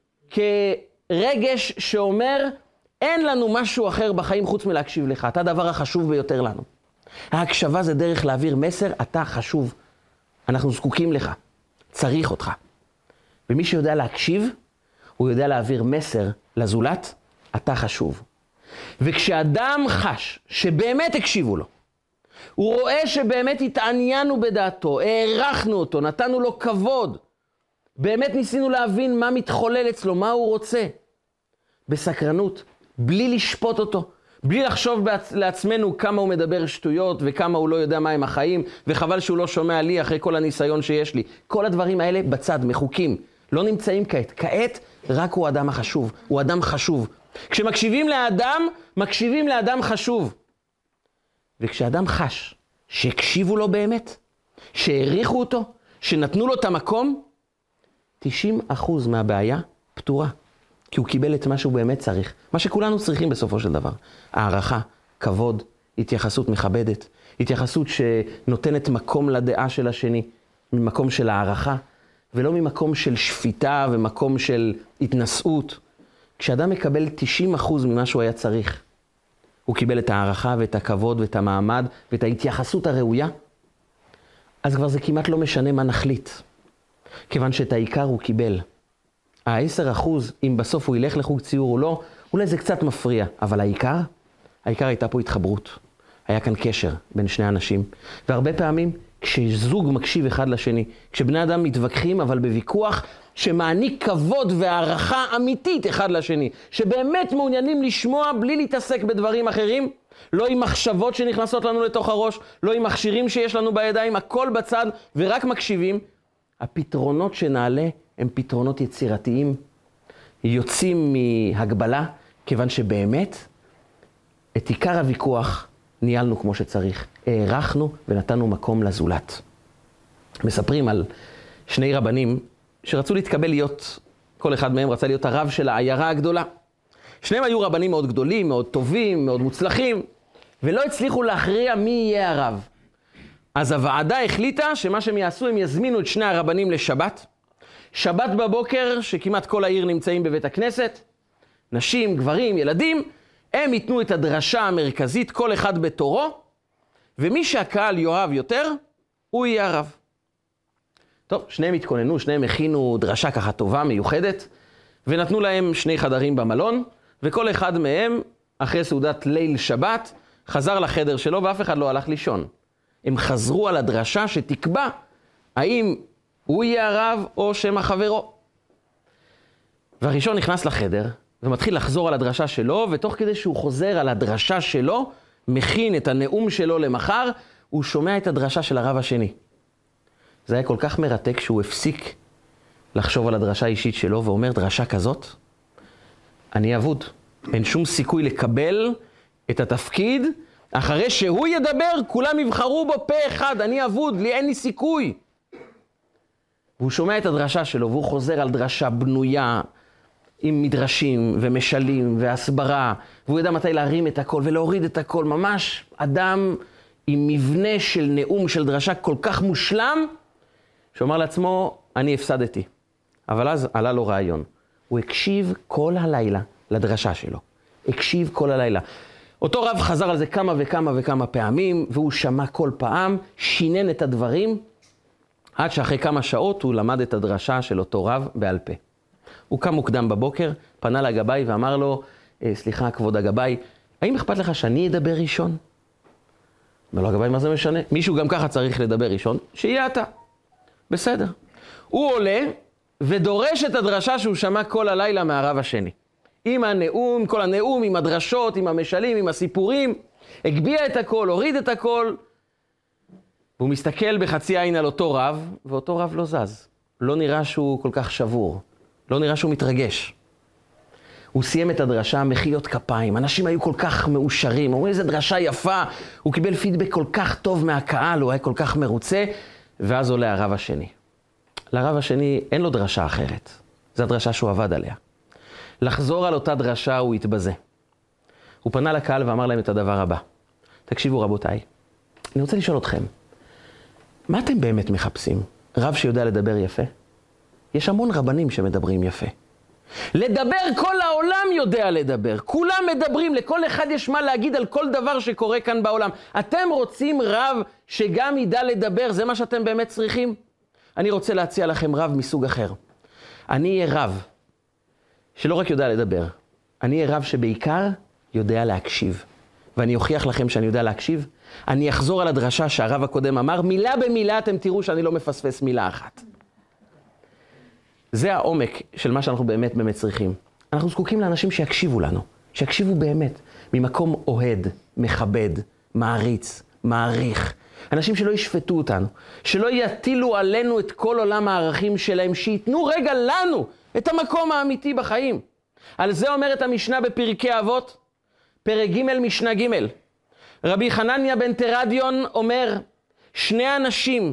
כרגש שאומר, אין לנו משהו אחר בחיים חוץ מלהקשיב לך, אתה הדבר החשוב ביותר לנו. ההקשבה זה דרך להעביר מסר, אתה חשוב, אנחנו זקוקים לך, צריך אותך. ומי שיודע להקשיב, הוא יודע להעביר מסר לזולת, אתה חשוב. וכשאדם חש שבאמת הקשיבו לו, הוא רואה שבאמת התעניינו בדעתו, הערכנו אותו, נתנו לו כבוד, באמת ניסינו להבין מה מתחולל אצלו, מה הוא רוצה. בסקרנות, בלי לשפוט אותו, בלי לחשוב לעצמנו כמה הוא מדבר שטויות וכמה הוא לא יודע מה הם החיים, וחבל שהוא לא שומע לי אחרי כל הניסיון שיש לי. כל הדברים האלה בצד, מחוקים, לא נמצאים כעת. כעת רק הוא אדם החשוב, הוא אדם חשוב. כשמקשיבים לאדם, מקשיבים לאדם חשוב. וכשאדם חש שהקשיבו לו באמת, שהעריכו אותו, שנתנו לו את המקום, 90% מהבעיה פתורה. כי הוא קיבל את מה שהוא באמת צריך. מה שכולנו צריכים בסופו של דבר. הערכה, כבוד, התייחסות מכבדת, התייחסות שנותנת מקום לדעה של השני, ממקום של הערכה, ולא ממקום של שפיטה ומקום של התנשאות. כשאדם מקבל 90% ממה שהוא היה צריך, הוא קיבל את הערכה ואת הכבוד ואת המעמד ואת ההתייחסות הראויה, אז כבר זה כמעט לא משנה מה נחליט. כיוון שאת העיקר הוא קיבל. 10%, אם בסוף הוא ילך לחוג ציור או לא, אולי זה קצת מפריע, אבל העיקר הייתה פה התחברות. היה כאן קשר בין שני אנשים. והרבה פעמים, כשזוג מקשיב אחד לשני, כשבני אדם מתווכחים, אבל בוויכוח שמעניק כבוד והערכה אמיתית אחד לשני, שבאמת מעוניינים לשמוע בלי להתעסק בדברים אחרים, לא עם מחשבות שנכנסות לנו לתוך הראש, לא עם מכשירים שיש לנו בידיים, הכל בצד ורק מקשיבים, הפתרונות שנעלה הם פתרונות יצירתיים, יוצאים מהגבלה, כיוון שבאמת את עיקר הוויכוח ניהלנו כמו שצריך. הערכנו ונתנו מקום לזולת. מספרים על שני רבנים שרצו להתקבל להיות, כל אחד מהם רצה להיות הרב של העיירה הגדולה. שניהם היו רבנים מאוד גדולים, מאוד טובים, מאוד מוצלחים, ולא הצליחו להכריע מי יהיה הרב. אז הוועדה החליטה שמה שהם יעשו, הם יזמינו את שני הרבנים לשבת. שבת בבוקר, שכמעט כל העיר נמצאים בבית הכנסת, נשים, גברים, ילדים, הם ייתנו את הדרשה המרכזית, כל אחד בתורו, ומי שהקהל יאהב יותר, הוא יהיה הרב. טוב, שניהם התכוננו, שניהם הכינו דרשה ככה טובה, מיוחדת, ונתנו להם 2 חדרים במלון, וכל אחד מהם, אחרי סעודת ליל שבת, חזר לחדר שלו, ואף אחד לא הלך לישון. הם חזרו על הדרשה שתקבע האם הוא יהיה הרב או שם החברו. והראשון נכנס לחדר ומתחיל לחזור על הדרשה שלו, ותוך כדי שהוא חוזר על הדרשה שלו, מכין את הנאום שלו למחר, הוא שומע את הדרשה של הרב השני. זה היה כל כך מרתק שהוא הפסיק לחשוב על הדרשה האישית שלו, ואומר, דרשה כזאת, אני אבוד. אין שום סיכוי לקבל את התפקיד, אחרי שהוא ידבר, כולם יבחרו בו פה אחד, אני אבוד, אין לי סיכוי. והוא שומע את הדרשה שלו, והוא חוזר על דרשה בנויה, עם מדרשים ומשלים והסברה, והוא יודע מתי להרים את הכל ולהוריד את הכל, ממש אדם עם מבנה של נאום של דרשה כל כך מושלם, שאומר לעצמו, אני הפסדתי. אבל אז עלה לו רעיון. הוא הקשיב כל הלילה לדרשה שלו. הקשיב כל הלילה. אותו רב חזר על זה כמה וכמה וכמה פעמים, והוא שמע כל פעם, שינן את הדברים, עד שאחרי כמה שעות הוא למד את הדרשה של אותו רב בעל פה. הוא קם מוקדם בבוקר, פנה לגבאי ואמר לו, סליחה כבוד הגבאי, האם אכפת לך שאני אדבר ראשון? אומר לו הגבאי, מה זה משנה? מישהו גם ככה צריך לדבר ראשון, שיהיה אתה. בסדר. הוא עולה ודורש את הדרשה שהוא שמע כל הלילה מהרב השני. עם הנאום, כל הנאום, עם הדרשות, עם המשלים, עם הסיפורים, הגביע את הכל, הוריד את הכל, והוא מסתכל בחצי עין על אותו רב, ואותו רב לא זז. לא נראה שהוא כל כך שבור, לא נראה שהוא מתרגש. הוא סיים את הדרשה, מחיאות כפיים, אנשים היו כל כך מאושרים, אומרים איזה דרשה יפה, הוא קיבל פידבק כל כך טוב מהקהל, הוא היה כל כך מרוצה, ואז עולה הרב השני. לרב השני אין לו דרשה אחרת, זו הדרשה שהוא עבד עליה. לחזור על אותה דרשה הוא התבזה. הוא פנה לקהל ואמר להם את הדבר הבא. תקשיבו רבותיי, אני רוצה לשאול אתכם, מה אתם באמת מחפשים? רב שיודע לדבר יפה? יש המון רבנים שמדברים יפה. לדבר כל העולם יודע לדבר. כולם מדברים, לכל אחד יש מה להגיד על כל דבר שקורה כאן בעולם. אתם רוצים רב שגם ידע לדבר, זה מה שאתם באמת צריכים? אני רוצה להציע לכם רב מסוג אחר. אני אהיה רב שלא רק יודע לדבר, אני אהיה רב שבעיקר יודע להקשיב. ואני אוכיח לכם שאני יודע להקשיב. אני אחזור על הדרשה שהרב הקודם אמר, מילה במילה אתם תראו שאני לא מפספס מילה אחת. זה העומק של מה שאנחנו באמת צריכים. אנחנו זקוקים לאנשים שיקשיבו לנו, שיקשיבו באמת, ממקום אוהד, מכבד, מעריץ, מעריך. אנשים שלא ישפטו אותנו, שלא יטילו עלינו את כל עולם הערכים שלהם, שיתנו רגע לנו את המקום האמיתי בחיים. על זה אומרת המשנה בפרקי אבות, פרק ג' משנה ג'. רבי חנניה בן תרדיון אומר, שני אנשים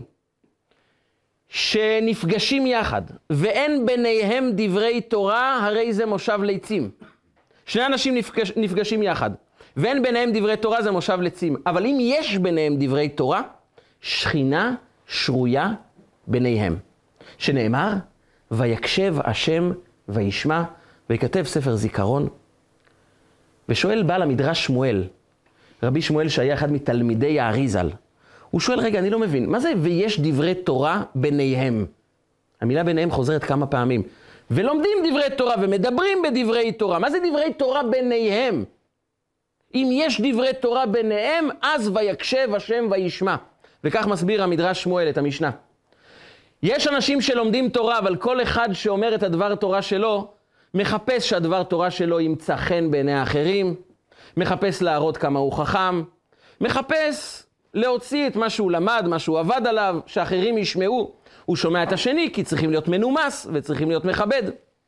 שנפגשים יחד, ואין ביניהם דברי תורה, הרי זה מושב ליצים. שני אנשים נפגשים יחד, ואין ביניהם דברי תורה, זה מושב ליצים. אבל אם יש ביניהם דברי תורה, שכינה שרויה ביניהם. שנאמר, ויקשב השם וישמע, ויכתב ספר זיכרון. ושואל בעל המדרש שמואל, רבי שמואל שהיה אחד מתלמידי האריזל, הוא שואל, רגע, אני לא מבין, מה זה ויש דברי תורה ביניהם? המילה ביניהם חוזרת כמה פעמים. ולומדים דברי תורה ומדברים בדברי תורה. מה זה דברי תורה ביניהם? אם יש דברי תורה ביניהם, אז ויקשב השם וישמע. וכך מסביר המדרש שמואל את המשנה. יש אנשים שלומדים תורה, אבל כל אחד שאומר את הדבר תורה שלו, מחפש שהדבר תורה שלו ימצא חן בעיני האחרים, מחפש להראות כמה הוא חכם, מחפש להוציא את מה שהוא למד, מה שהוא עבד עליו, שאחרים ישמעו. הוא שומע את השני כי צריכים להיות מנומס וצריכים להיות מכבד.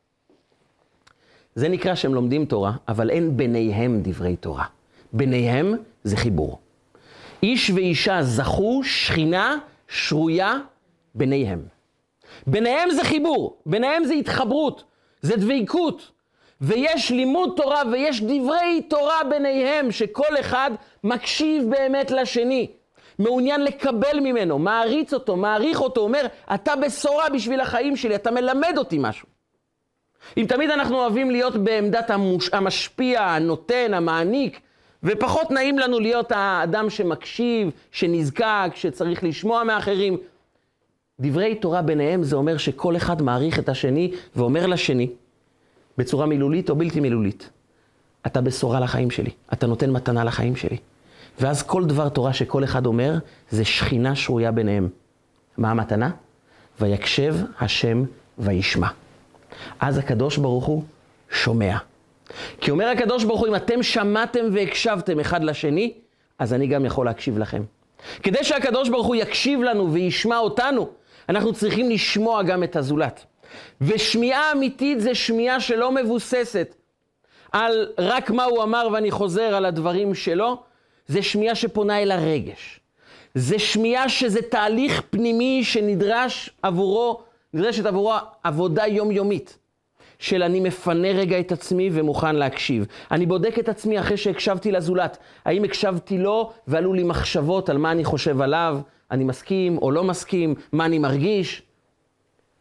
זה נקרא שהם לומדים תורה, אבל אין ביניהם דברי תורה. ביניהם זה חיבור. איש ואישה זכו, שכינה שרויה ביניהם. ביניהם זה חיבור, ביניהם זה התחברות, זה דביקות. ויש לימוד תורה ויש דברי תורה ביניהם, שכל אחד מקשיב באמת לשני. מעוניין לקבל ממנו, מעריץ אותו, מעריך אותו, אומר, אתה בשורה בשביל החיים שלי, אתה מלמד אותי משהו. אם תמיד אנחנו אוהבים להיות בעמדת המשפיע, הנותן, המעניק, ופחות נעים לנו להיות האדם שמקשיב, שנזקק, שצריך לשמוע מאחרים. דברי תורה ביניהם זה אומר שכל אחד מעריך את השני ואומר לשני, בצורה מילולית או בלתי מילולית, אתה בשורה לחיים שלי, אתה נותן מתנה לחיים שלי. ואז כל דבר תורה שכל אחד אומר, זה שכינה שרויה ביניהם. מה המתנה? ויקשב השם וישמע. אז הקדוש ברוך הוא שומע. כי אומר הקדוש ברוך הוא, אם אתם שמעתם והקשבתם אחד לשני, אז אני גם יכול להקשיב לכם. כדי שהקדוש ברוך הוא יקשיב לנו וישמע אותנו, אנחנו צריכים לשמוע גם את הזולת. ושמיעה אמיתית זה שמיעה שלא מבוססת על רק מה הוא אמר ואני חוזר על הדברים שלו, זה שמיעה שפונה אל הרגש. זה שמיעה שזה תהליך פנימי שנדרשת עבורו עבודה יומיומית. של אני מפנה רגע את עצמי ומוכן להקשיב. אני בודק את עצמי אחרי שהקשבתי לזולת. האם הקשבתי לו ועלו לי מחשבות על מה אני חושב עליו, אני מסכים או לא מסכים, מה אני מרגיש.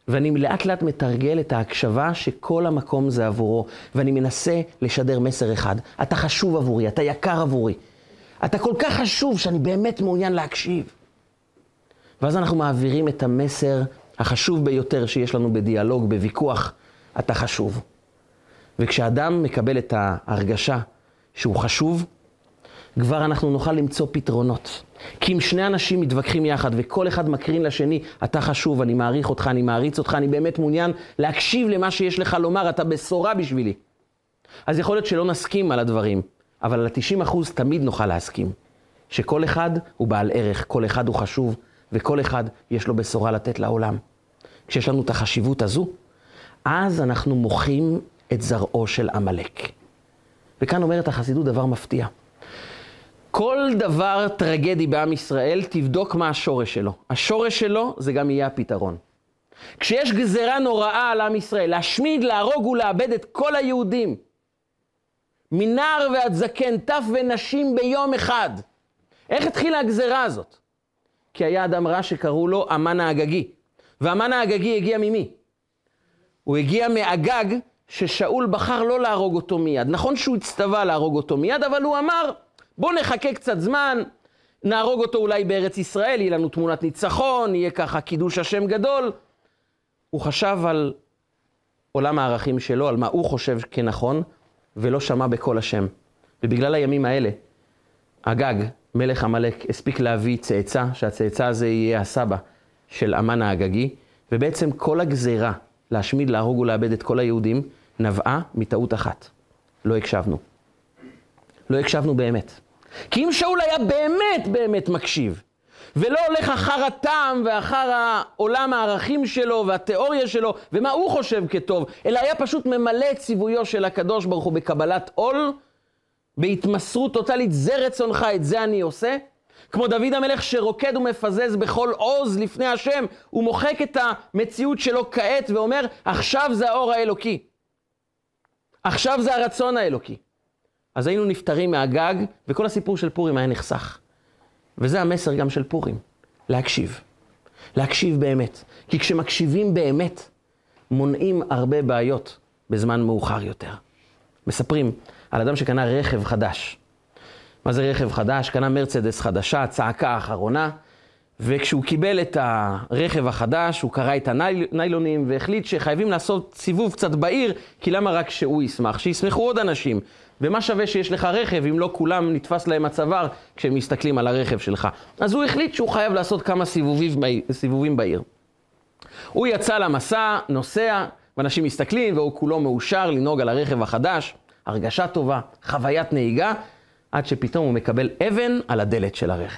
ואני לאט לאט מתרגל את ההקשבה שכל המקום זה עבורו, ואני מנסה לשדר מסר אחד. אתה חשוב עבורי, אתה יקר עבורי. אתה כל כך חשוב שאני באמת מעוניין להקשיב. ואז אנחנו מעבירים את המסר החשוב ביותר שיש לנו בדיאלוג, בוויכוח, אתה חשוב. וכשאדם מקבל את ההרגשה שהוא חשוב, כבר אנחנו נוכל למצוא פתרונות. כי אם שני אנשים מתווכחים יחד וכל אחד מקרין לשני, אתה חשוב, אני מעריך אותך, אני מעריץ אותך, אני באמת מעוניין להקשיב למה שיש לך לומר, אתה בשורה בשבילי. אז יכול להיות שלא נסכים על הדברים, אבל על 90% תמיד נוכל להסכים. שכל אחד הוא בעל ערך, כל אחד הוא חשוב, וכל אחד יש לו בשורה לתת לעולם. כשיש לנו את החשיבות הזו, אז אנחנו מוחים את זרעו של עמלק. וכאן אומרת החסידות דבר מפתיע. כל דבר טרגדי בעם ישראל, תבדוק מה השורש שלו. השורש שלו זה גם יהיה הפתרון. כשיש גזרה נוראה על עם ישראל, להשמיד, להרוג ולאבד את כל היהודים, מנער ועד זקן, טף ונשים ביום אחד. איך התחילה הגזרה הזאת? כי היה אדם רע שקראו לו המן האגגי. והמן האגגי הגיע ממי? הוא הגיע מאגג ששאול בחר לא להרוג אותו מיד. נכון שהוא הצטווה להרוג אותו מיד, אבל הוא אמר, בוא נחכה קצת זמן, נהרוג אותו אולי בארץ ישראל, יהיה לנו תמונת ניצחון, יהיה ככה קידוש השם גדול. הוא חשב על עולם הערכים שלו, על מה הוא חושב כנכון, ולא שמע בכל השם. ובגלל הימים האלה, אגג, מלך עמלק, הספיק להביא צאצא, שהצאצא הזה יהיה הסבא של המן האגגי, ובעצם כל הגזירה להשמיד, להרוג ולאבד את כל היהודים, נבעה מטעות אחת. לא הקשבנו. לא הקשבנו באמת. כי אם שאול היה באמת מקשיב, ולא הולך אחר הטעם ואחר העולם הערכים שלו והתיאוריה שלו, ומה הוא חושב כטוב, אלא היה פשוט ממלא את ציוויו של הקדוש ברוך הוא בקבלת עול, בהתמסרות טוטלית, זה רצונך, את זה אני עושה. כמו דוד המלך שרוקד ומפזז בכל עוז לפני השם, הוא מוחק את המציאות שלו כעת ואומר, עכשיו זה האור האלוקי. עכשיו זה הרצון האלוקי. אז היינו נפטרים מהגג, וכל הסיפור של פורים היה נחסך. וזה המסר גם של פורים, להקשיב. להקשיב באמת. כי כשמקשיבים באמת, מונעים הרבה בעיות בזמן מאוחר יותר. מספרים על אדם שקנה רכב חדש. מה זה רכב חדש? קנה מרצדס חדשה, צעקה האחרונה, וכשהוא קיבל את הרכב החדש, הוא קרא את הניילונים והחליט שחייבים לעשות סיבוב קצת בעיר, כי למה רק שהוא ישמח? שישמחו עוד אנשים. ומה שווה שיש לך רכב אם לא כולם נתפס להם הצוואר כשהם מסתכלים על הרכב שלך? אז הוא החליט שהוא חייב לעשות כמה סיבובים בעיר. הוא יצא למסע, נוסע, ואנשים מסתכלים והוא כולו מאושר לנהוג על הרכב החדש, הרגשה טובה, חוויית נהיגה, עד שפתאום הוא מקבל אבן על הדלת של הרכב.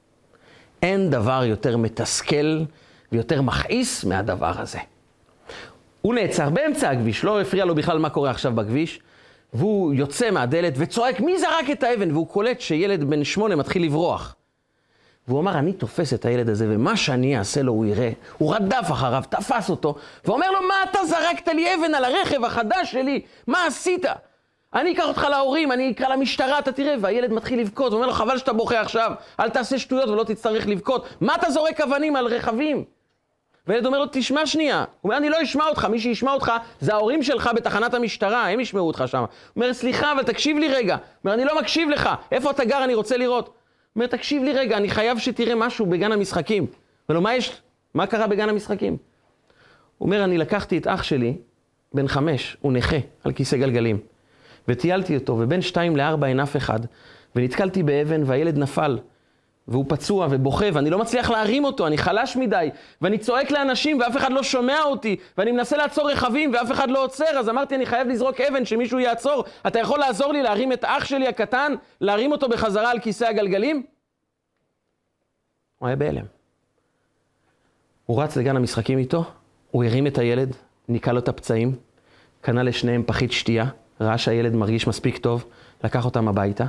אין דבר יותר מתסכל ויותר מכעיס מהדבר הזה. הוא נעצר באמצע הכביש, לא הפריע לו בכלל מה קורה עכשיו בכביש, והוא יוצא מהדלת וצועק, מי זרק את האבן? והוא קולט שילד בן 8 מתחיל לברוח. והוא אמר, אני תופס את הילד הזה, ומה שאני אעשה לו הוא יראה. הוא רדף אחריו, תפס אותו, ואומר לו, מה אתה זרקת לי אבן על הרכב החדש שלי? מה עשית? אני אקח אותך להורים, אני אקרא למשטרה, אתה תראה. והילד מתחיל לבכות, הוא אומר לו, חבל שאתה בוכה עכשיו, אל תעשה שטויות ולא תצטרך לבכות. מה אתה זורק אבנים על רכבים? והילד אומר לו, תשמע שנייה. הוא אומר, אני לא אשמע אותך, מי שישמע אותך זה ההורים שלך בתחנת המשטרה, הם ישמעו אותך שם. הוא אומר, סליחה, אבל תקשיב לי רגע. הוא אומר, אני לא מקשיב לך, איפה אתה גר, אני רוצה לראות. הוא אומר, תקשיב לי רגע, אני חייב שתראה משהו בגן המשחקים. הוא אומר לו, מה קרה בגן המשחקים? הוא אומר, אני לקחתי את אח שלי, בן 5, הוא נכה, על כיסא גלגלים. וטיילתי אותו, ובין 2 ל-4 אין אף אחד, ונתקלתי באבן והילד נפל. והוא פצוע ובוכה, ואני לא מצליח להרים אותו, אני חלש מדי, ואני צועק לאנשים ואף אחד לא שומע אותי, ואני מנסה לעצור רכבים ואף אחד לא עוצר, אז אמרתי, אני חייב לזרוק אבן שמישהו יעצור, אתה יכול לעזור לי להרים את אח שלי הקטן, להרים אותו בחזרה על כיסא הגלגלים? הוא היה בהלם. הוא רץ לגן המשחקים איתו, הוא הרים את הילד, ניקה לו את הפצעים, קנה לשניהם פחית שתייה, ראה שהילד מרגיש מספיק טוב, לקח אותם הביתה,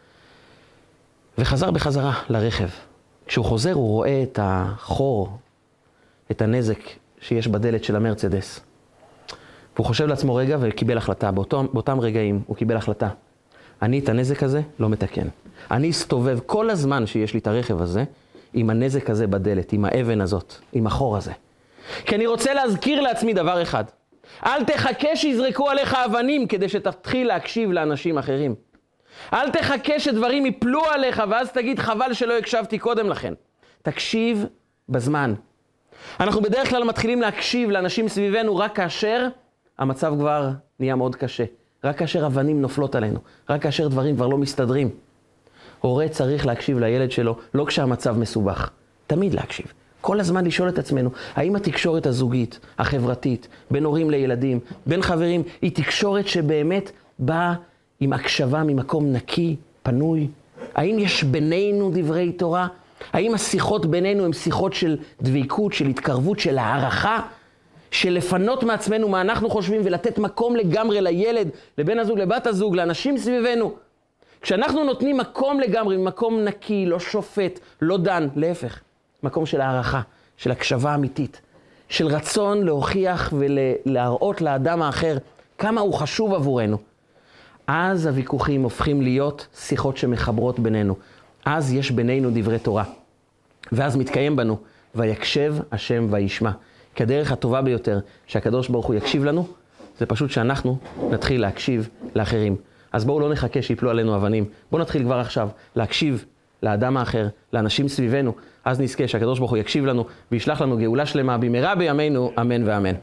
וחזר בחזרה לרכב. כשהוא חוזר הוא רואה את החור, את הנזק שיש בדלת של המרצדס. והוא חושב לעצמו רגע וקיבל החלטה. באותם רגעים הוא קיבל החלטה. אני את הנזק הזה לא מתקן. אני אסתובב כל הזמן שיש לי את הרכב הזה, עם הנזק הזה בדלת, עם האבן הזאת, עם החור הזה. כי אני רוצה להזכיר לעצמי דבר אחד. אל תחכה שיזרקו עליך אבנים כדי שתתחיל להקשיב לאנשים אחרים. אל תחכה שדברים יפלו עליך ואז תגיד חבל שלא הקשבתי קודם לכן. תקשיב בזמן. אנחנו בדרך כלל מתחילים להקשיב לאנשים סביבנו רק כאשר המצב כבר נהיה מאוד קשה. רק כאשר אבנים נופלות עלינו. רק כאשר דברים כבר לא מסתדרים. הורה צריך להקשיב לילד שלו לא כשהמצב מסובך. תמיד להקשיב. כל הזמן לשאול את עצמנו, האם התקשורת הזוגית, החברתית, בין הורים לילדים, בין חברים, היא תקשורת שבאמת באה עם הקשבה ממקום נקי, פנוי? האם יש בינינו דברי תורה? האם השיחות בינינו הן שיחות של דביקות, של התקרבות, של הערכה? של לפנות מעצמנו מה אנחנו חושבים ולתת מקום לגמרי לילד, לבן הזוג, לבת הזוג, לאנשים סביבנו? כשאנחנו נותנים מקום לגמרי, מקום נקי, לא שופט, לא דן, להפך. מקום של הערכה, של הקשבה אמיתית, של רצון להוכיח ולהראות לאדם האחר כמה הוא חשוב עבורנו. אז הוויכוחים הופכים להיות שיחות שמחברות בינינו. אז יש בינינו דברי תורה. ואז מתקיים בנו, ויקשב השם וישמע. כי הדרך הטובה ביותר שהקדוש ברוך הוא יקשיב לנו, זה פשוט שאנחנו נתחיל להקשיב לאחרים. אז בואו לא נחכה שיפלו עלינו אבנים. בואו נתחיל כבר עכשיו להקשיב לאדם האחר, לאנשים סביבנו. אז נזכה שהקדוש ברוך הוא יקשיב לנו וישלח לנו גאולה שלמה במהרה בימינו, אמן ואמן.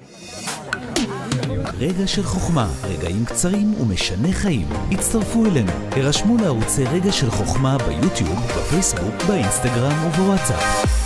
רגע של חוכמה, רגעים קצרים ומשנה חיים. הצטרפו אלינו, הרשמו לערוצי רגע של חוכמה ביוטיוב, בפייסבוק, באינסטגרם ובוואטסאפ.